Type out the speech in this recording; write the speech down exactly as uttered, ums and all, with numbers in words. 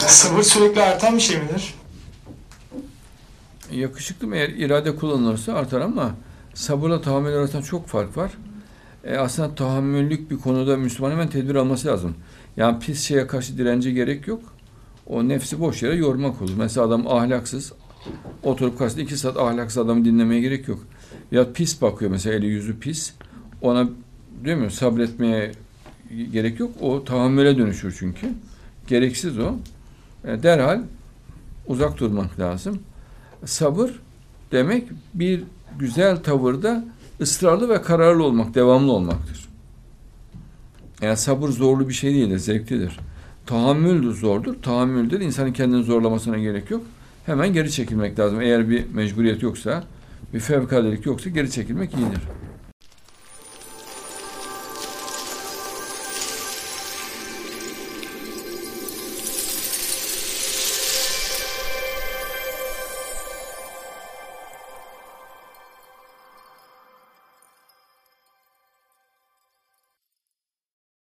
Sabır sürekli artan bir şey midir? Yakışıklı mı? Eğer irade kullanılırsa artar ama sabırla tahammül arasında çok fark var. E, aslında tahammüllük bir konuda Müslüman hemen tedbir alması lazım. Yani pis şeye karşı dirence gerek yok. O nefsi boş yere yormak olur. Mesela adam ahlaksız, oturup karşısında iki saat ahlaksız adamı dinlemeye gerek yok. Ya pis bakıyor mesela, eli yüzü pis. Ona değil mi, sabretmeye gerek yok. O tahammüle dönüşür çünkü. Gereksiz o. E, derhal uzak durmak lazım. Sabır demek bir güzel tavırda ısrarlı ve kararlı olmak, devamlı olmaktır. Yani sabır zorlu bir şey değildir, zevklidir. Tahammül de zordur. Tahammülde de insanın kendini zorlamasına gerek yok. Hemen geri çekilmek lazım. Eğer bir mecburiyet yoksa, bir fevkaladelik yoksa geri çekilmek iyidir.